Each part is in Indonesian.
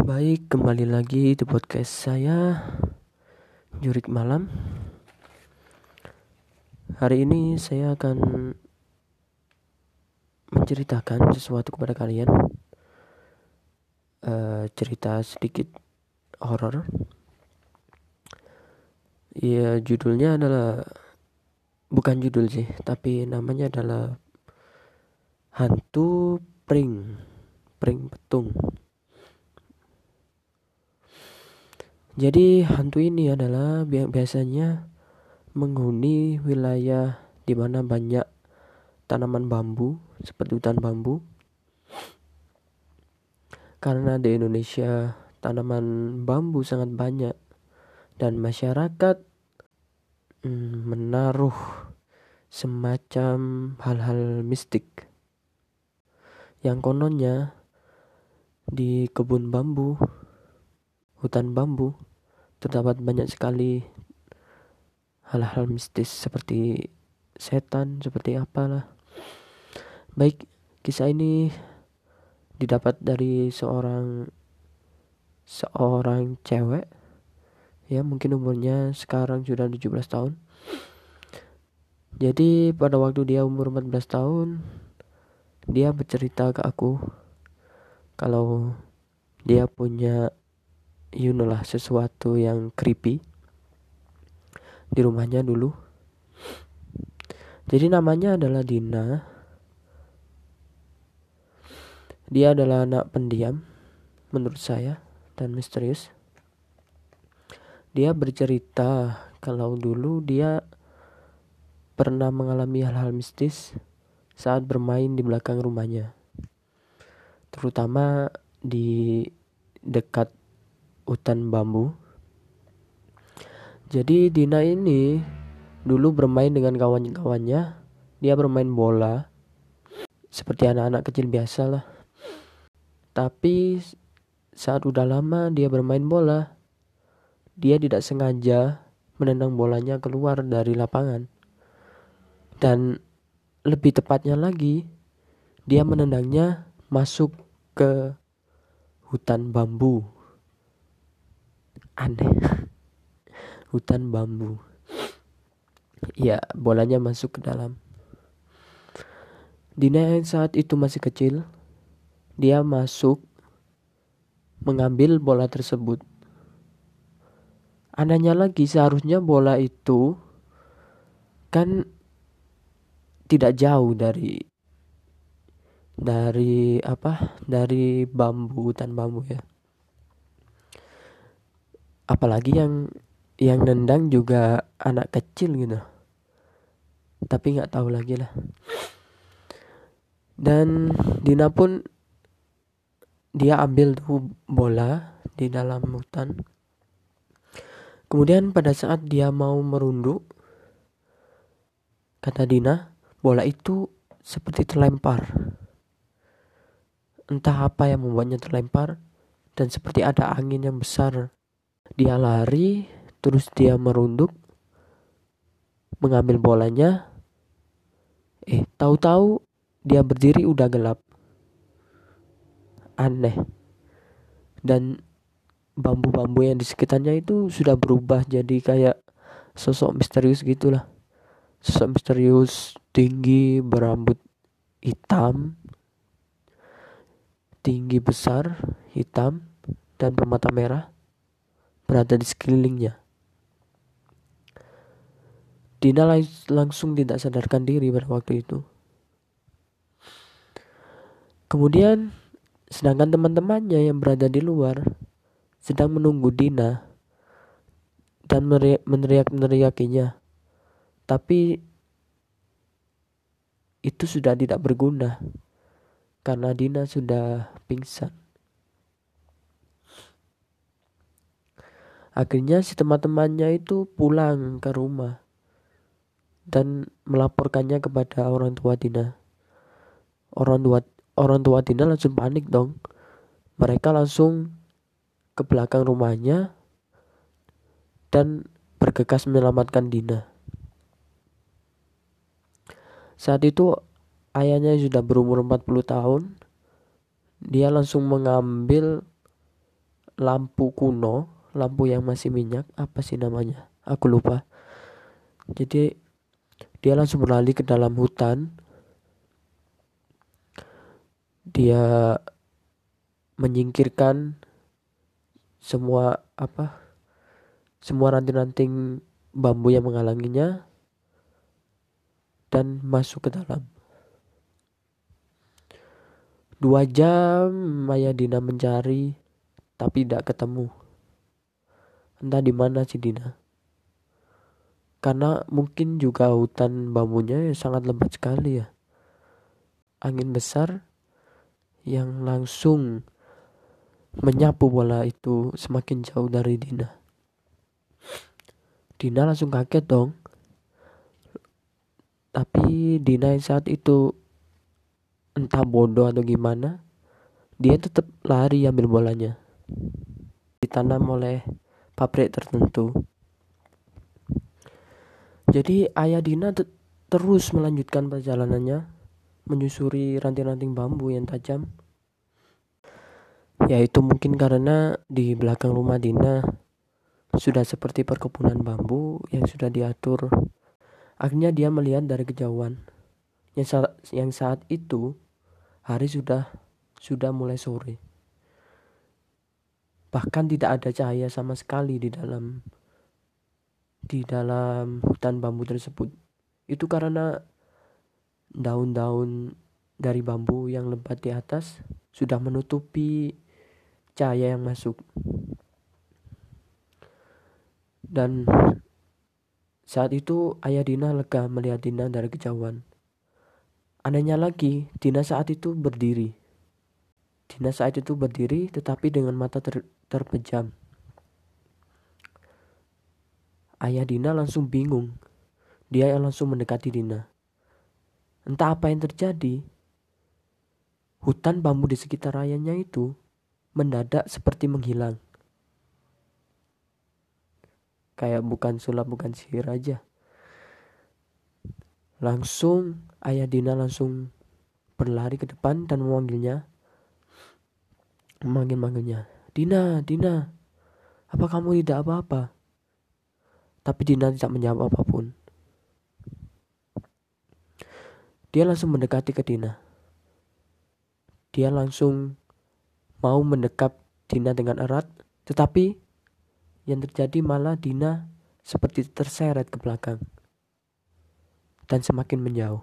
Baik, kembali lagi di podcast saya, Jurik Malam. Hari ini saya akan menceritakan sesuatu kepada kalian. Cerita sedikit horor. Ya, judulnya adalah, bukan judul sih, tapi namanya adalah Hantu Pring Petung. Jadi hantu ini adalah biasanya menghuni wilayah di mana banyak tanaman bambu seperti hutan bambu. Karena di Indonesia tanaman bambu sangat banyak dan masyarakat menaruh semacam hal-hal mistik yang kononnya di kebun bambu, hutan bambu terdapat banyak sekali hal-hal mistis seperti setan, seperti apalah. Baik, kisah ini didapat dari seorang cewek, ya mungkin umurnya sekarang sudah 17 tahun. Jadi pada waktu dia umur 14 tahun, dia bercerita ke aku kalau dia punya sesuatu yang creepy di rumahnya dulu. Jadi namanya adalah Dina. Dia adalah anak pendiam menurut saya dan misterius. Dia bercerita kalau dulu dia pernah mengalami hal-hal mistis saat bermain di belakang rumahnya, terutama di dekat hutan bambu. Jadi Dina ini dulu bermain dengan kawan-kawannya. Dia bermain bola seperti anak-anak kecil biasa lah. Tapi saat udah lama dia bermain bola, dia tidak sengaja menendang bolanya keluar dari lapangan. Dan lebih tepatnya lagi, dia menendangnya masuk ke hutan bambu. Aneh. Hutan bambu. Ya, bolanya masuk ke dalam. Dina yang saat itu masih kecil, dia masuk mengambil bola tersebut. Anehnya lagi, seharusnya bola itu kan tidak jauh dari bambu, hutan bambu ya. Apalagi yang nendang juga anak kecil gitu. Tapi nggak tahu lagi lah. Dan Dina pun dia ambil tuh bola di dalam hutan. Kemudian pada saat dia mau merunduk, kata Dina, bola itu seperti terlempar. Entah apa yang membuatnya terlempar, dan seperti ada angin yang besar. Dia lari, terus dia merunduk, mengambil bolanya. Tahu-tahu dia berdiri udah gelap. Aneh. Dan bambu-bambu yang di sekitarnya itu sudah berubah jadi kayak sosok misterius gitulah. Sosok misterius, tinggi, berambut hitam, tinggi besar, hitam, dan bermata merah, berada di sekelilingnya. Dina langsung tidak sadarkan diri pada waktu itu. Kemudian sedangkan teman-temannya yang berada di luar sedang menunggu Dina dan meneriak-neriakinya. Tapi itu sudah tidak berguna karena Dina sudah pingsan. Akhirnya si teman-temannya itu pulang ke rumah dan melaporkannya kepada orang tua Dina. Orang tua Dina langsung panik dong. Mereka langsung ke belakang rumahnya dan bergegas menyelamatkan Dina. Saat itu ayahnya sudah berumur 40 tahun. Dia langsung mengambil lampu kuno, lampu yang masih minyak, apa sih namanya? Aku lupa. Jadi dia langsung berlari ke dalam hutan. Dia menyingkirkan semua ranting-ranting bambu yang menghalanginya dan masuk ke dalam. 2 jam Maya Dina mencari tapi tidak ketemu. Entah di mana si Dina. Karena mungkin juga hutan bambunya sangat lebat sekali ya. Angin besar yang langsung menyapu bola itu semakin jauh dari Dina. Dina langsung kaget dong. Tapi Dina yang saat itu entah bodoh atau gimana, dia tetap lari ambil bolanya. Ditanam oleh pabrik tertentu. Jadi ayah Dina terus melanjutkan perjalanannya menyusuri ranting-ranting bambu yang tajam. Yaitu mungkin karena di belakang rumah Dina sudah seperti perkebunan bambu yang sudah diatur. Akhirnya dia melihat dari kejauhan yang saat itu hari sudah mulai sore. Bahkan tidak ada cahaya sama sekali di dalam hutan bambu tersebut. Itu karena daun-daun dari bambu yang lebat di atas sudah menutupi cahaya yang masuk. Dan saat itu ayah Dina lega melihat Dina dari kejauhan. Anehnya lagi, Dina saat itu berdiri tetapi dengan mata terpejam. Ayah Dina langsung bingung. Dia langsung mendekati Dina. Entah apa yang terjadi. Hutan bambu di sekitar ayahnya itu mendadak seperti menghilang. Kayak bukan sulap, bukan sihir aja. Langsung ayah Dina langsung berlari ke depan dan memanggilnya. Dina, apa kamu tidak apa-apa? Tapi Dina tidak menjawab apapun. Dia langsung mendekati ke Dina. Dia langsung mau mendekap Dina dengan erat, tetapi yang terjadi malah Dina seperti terseret ke belakang dan semakin menjauh.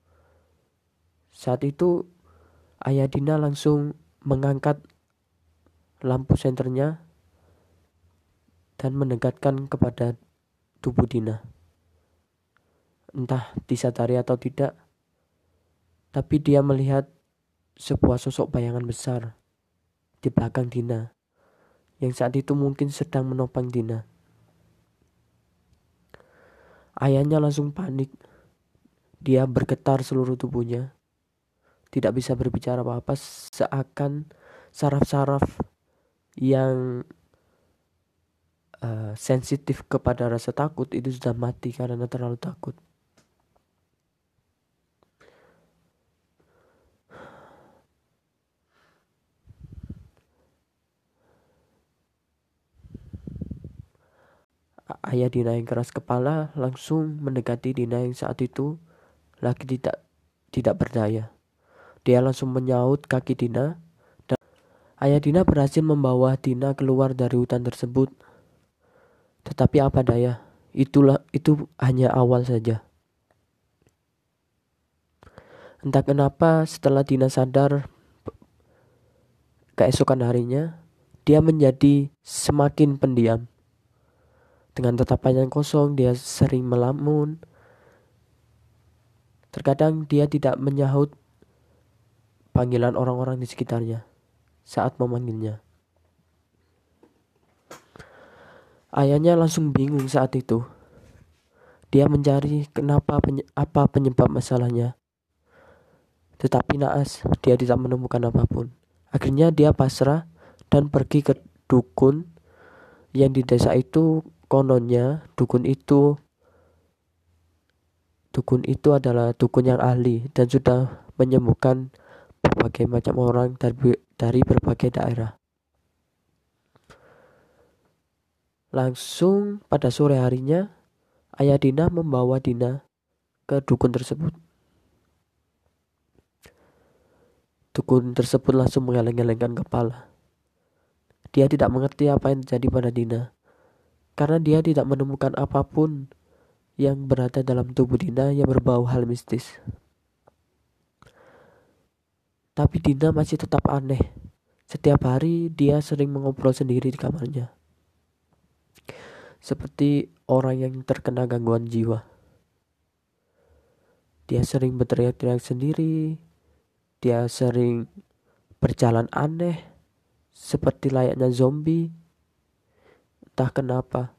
Saat itu ayah Dina langsung mengangkat lampu senternya dan mendekatkan kepada tubuh Dina. Entah disadari atau tidak, tapi dia melihat sebuah sosok bayangan besar di belakang Dina yang saat itu mungkin sedang menopang Dina. Ayahnya langsung panik. Dia bergetar seluruh tubuhnya. Tidak bisa berbicara apa-apa, seakan saraf-saraf yang sensitif kepada rasa takut itu sudah mati karena terlalu takut. Ayah Dina yang keras kepala langsung mendekati Dina yang saat itu lagi tidak berdaya. Dia langsung menyaut kaki Dina dan ayah Dina berhasil membawa Dina keluar dari hutan tersebut. Tetapi apa daya, itu hanya awal saja. Entah kenapa setelah Dina sadar keesokan harinya, dia menjadi semakin pendiam. Dengan tatapan yang kosong, dia sering melamun. Terkadang dia tidak menyahut panggilan orang-orang di sekitarnya saat memanggilnya. Ayahnya langsung bingung saat itu. Dia mencari apa penyebab masalahnya. Tetapi naas, dia tidak menemukan apapun. Akhirnya dia pasrah dan pergi ke dukun yang di desa itu. Kononnya dukun itu adalah dukun yang ahli dan sudah menyembuhkan berbagai macam orang dari berbagai daerah. Langsung pada sore harinya, ayah Dina membawa Dina ke dukun tersebut. Dukun tersebut langsung mengeleng-elengkan kepala. Dia tidak mengerti apa yang terjadi pada Dina, karena dia tidak menemukan apapun yang berada dalam tubuh Dina yang berbau hal mistis. Tapi Dina masih tetap aneh. Setiap hari dia sering mengobrol sendiri di kamarnya, seperti orang yang terkena gangguan jiwa. Dia sering berteriak-teriak sendiri. Dia sering berjalan aneh, seperti layaknya zombie. Entah kenapa.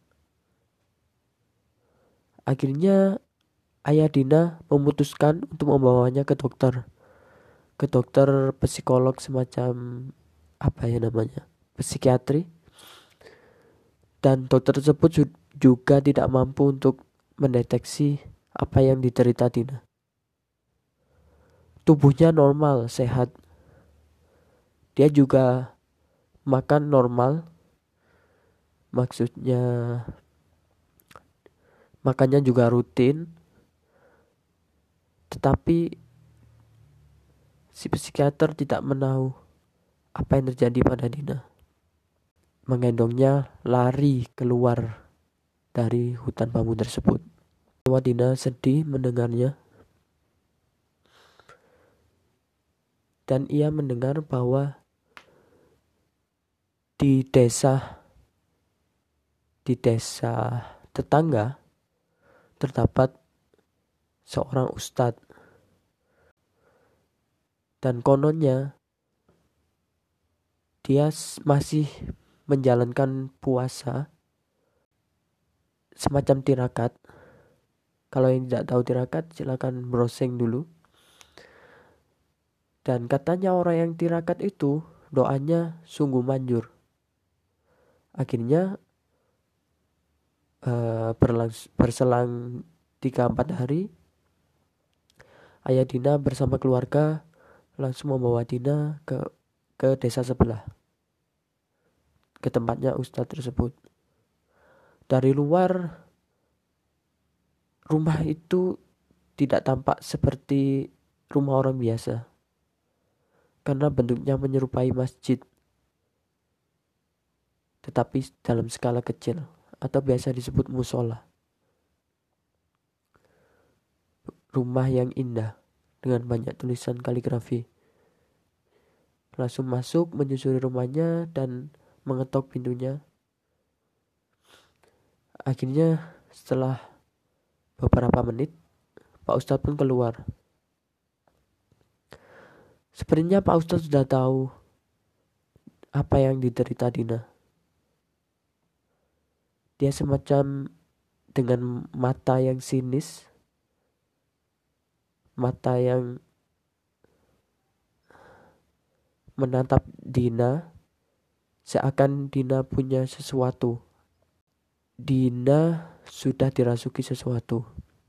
Akhirnya ayah Dina memutuskan untuk membawanya ke dokter. Ke dokter psikolog, semacam apa ya namanya, psikiatri. Dan dokter tersebut juga tidak mampu untuk mendeteksi apa yang diderita Dina. Tubuhnya normal, sehat. Dia juga makan normal. Maksudnya makannya juga rutin. Tetapi si psikiater tidak menahu apa yang terjadi pada Dina. Menggendongnya lari keluar dari hutan bambu tersebut. Dina sedih mendengarnya. Dan ia mendengar bahwa di desa tetangga terdapat seorang ustadz, dan kononnya dia masih menjalankan puasa semacam tirakat. Kalau yang tidak tahu tirakat, silakan browsing dulu. Dan katanya orang yang tirakat itu doanya sungguh manjur. Akhirnya berselang 3-4 hari, ayah Dina bersama keluarga langsung membawa Dina ke desa sebelah, ke tempatnya ustadz tersebut. Dari luar, rumah itu tidak tampak seperti rumah orang biasa, karena bentuknya menyerupai masjid, tetapi dalam skala kecil, atau biasa disebut musola. Rumah yang indah dengan banyak tulisan kaligrafi. Langsung masuk, menyusuri rumahnya dan mengetok pintunya. Akhirnya setelah beberapa menit, Pak Ustadz pun keluar. Sepertinya Pak Ustadz sudah tahu apa yang diderita Dina. Dia semacam dengan mata yang sinis, mata yang menatap Dina, seakan Dina punya sesuatu. Dina sudah dirasuki sesuatu.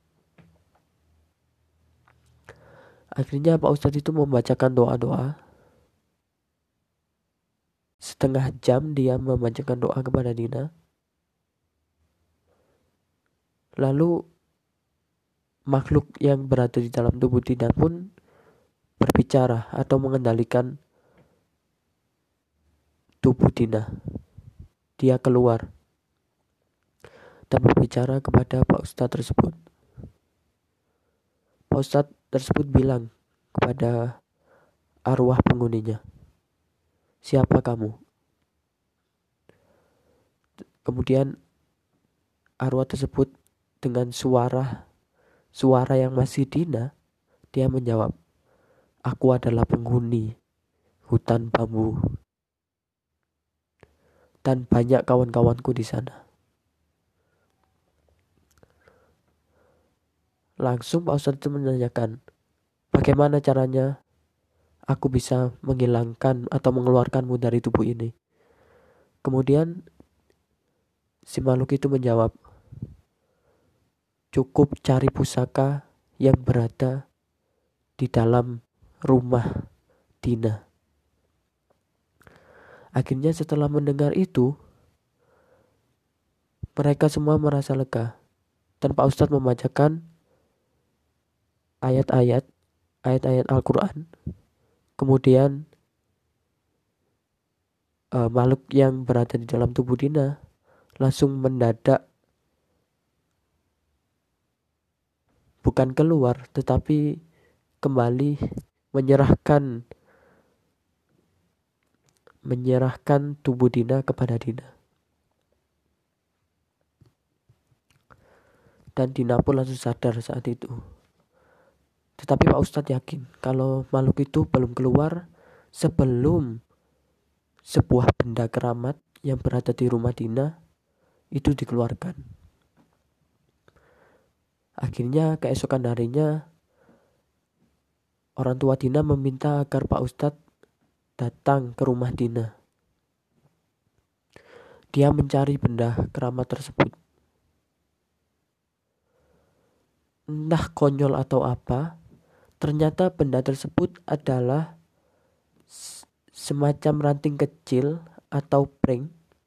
Akhirnya Pak Ustadz itu membacakan doa-doa. Setengah jam dia membacakan doa kepada Dina. Lalu makhluk yang berada di dalam tubuh Dina pun berbicara atau mengendalikan tubuh Dina. Dia keluar dan berbicara kepada Pak Ustadz tersebut. Pak Ustadz tersebut bilang kepada arwah penghuninya, "Siapa kamu?" Kemudian arwah tersebut dengan suara yang masih Dina, dia menjawab, "Aku adalah penghuni hutan bambu dan banyak kawan-kawanku di sana." Langsung Pak Ustadz itu menanyakan, "Bagaimana caranya aku bisa menghilangkan atau mengeluarkanmu dari tubuh ini?" Kemudian si makhluk itu menjawab, "Cukup cari pusaka yang berada di dalam rumah Dina." Akhirnya setelah mendengar itu, Mereka semua merasa lega dan Pak Ustadz membacakan ayat-ayat Al-Quran. Kemudian makhluk yang berada di dalam tubuh Dina langsung mendadak, bukan keluar tetapi kembali menyerahkan tubuh Dina kepada Dina. Dan Dina pun langsung sadar saat itu. Tetapi Pak Ustadz yakin kalau makhluk itu belum keluar sebelum sebuah benda keramat yang berada di rumah Dina itu dikeluarkan. Akhirnya keesokan harinya orang tua Dina meminta agar Pak Ustadz datang ke rumah Dina. Dia mencari benda keramat tersebut. Entah konyol atau apa, ternyata benda tersebut adalah semacam ranting kecil atau pring,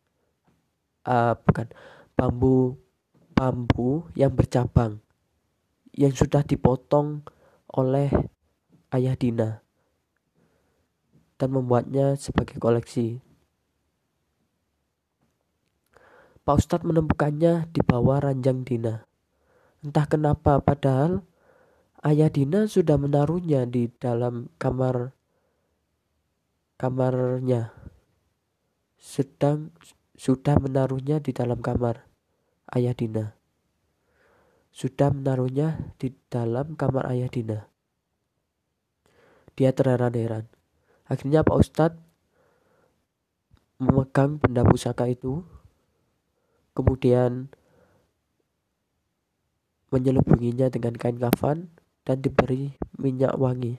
bambu yang bercabang yang sudah dipotong oleh ayah Dina dan membuatnya sebagai koleksi. Pak Ustadz menemukannya di bawah ranjang Dina. Entah kenapa, padahal ayah Dina sudah menaruhnya di dalam kamarnya. Sudah menaruhnya di dalam kamar ayah Dina. Sudah menaruhnya di dalam kamar ayah Dina. Dia terheran-heran. Akhirnya Pak Ustadz memegang benda pusaka itu, kemudian menyelubunginya dengan kain kafan dan diberi minyak wangi.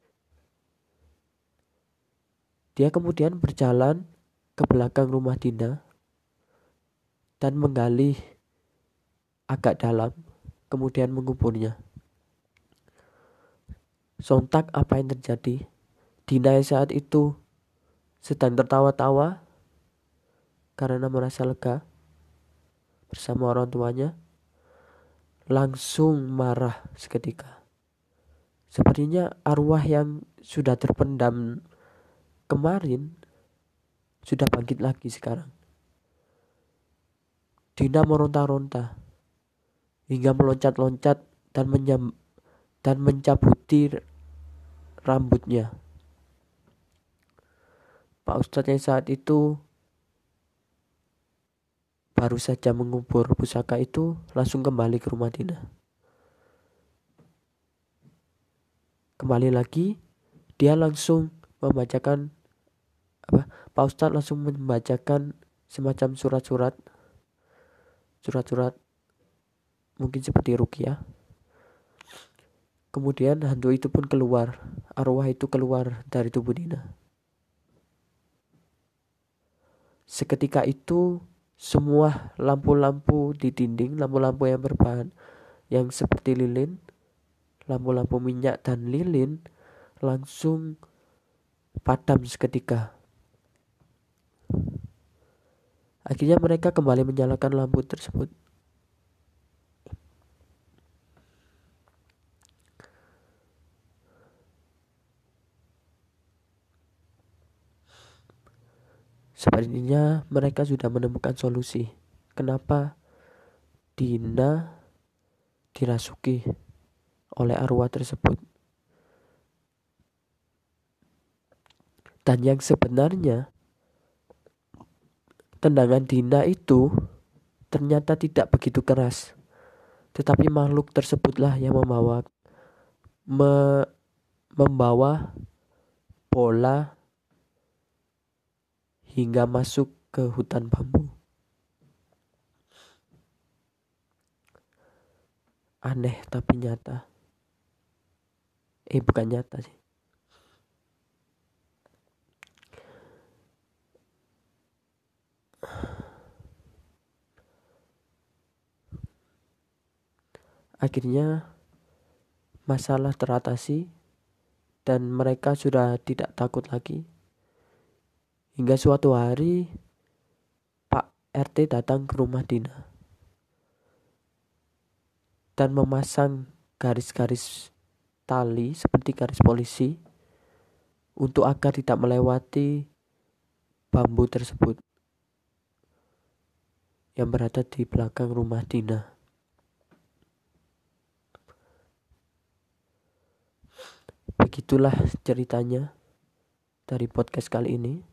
Dia kemudian berjalan ke belakang rumah Dina dan menggali agak dalam, kemudian menguburnya. Sontak apa yang terjadi? Dina yang saat itu sedang tertawa-tawa karena merasa lega bersama orang tuanya, langsung marah seketika. Sepertinya arwah yang sudah terpendam kemarin sudah bangkit lagi sekarang. Dina meronta-ronta hingga meloncat-loncat dan mencabuti rambutnya. Pak Ustadz yang saat itu baru saja mengubur pusaka itu langsung kembali ke rumah Dina. Kembali lagi, dia langsung membacakan Pak Ustadz langsung membacakan semacam surat-surat mungkin seperti ruqyah. Kemudian hantu itu pun keluar, arwah itu keluar dari tubuh Dina. Seketika itu semua lampu-lampu di dinding, lampu-lampu yang berbahan yang seperti lilin, lampu-lampu minyak dan lilin langsung padam seketika. Akhirnya mereka kembali menyalakan lampu tersebut. Sepertinya mereka sudah menemukan solusi. Kenapa Dina dirasuki oleh arwah tersebut. Dan yang sebenarnya tendangan Dina itu ternyata tidak begitu keras. Tetapi makhluk tersebutlah yang membawa bola hingga masuk ke hutan bambu. Aneh tapi nyata. Bukan nyata sih. Akhirnya masalah teratasi dan mereka sudah tidak takut lagi. Hingga suatu hari Pak RT datang ke rumah Dina. dan memasang garis-garis tali seperti garis polisi untuk agar tidak melewati bambu tersebut yang berada di belakang rumah Dina. Begitulah ceritanya dari podcast kali ini.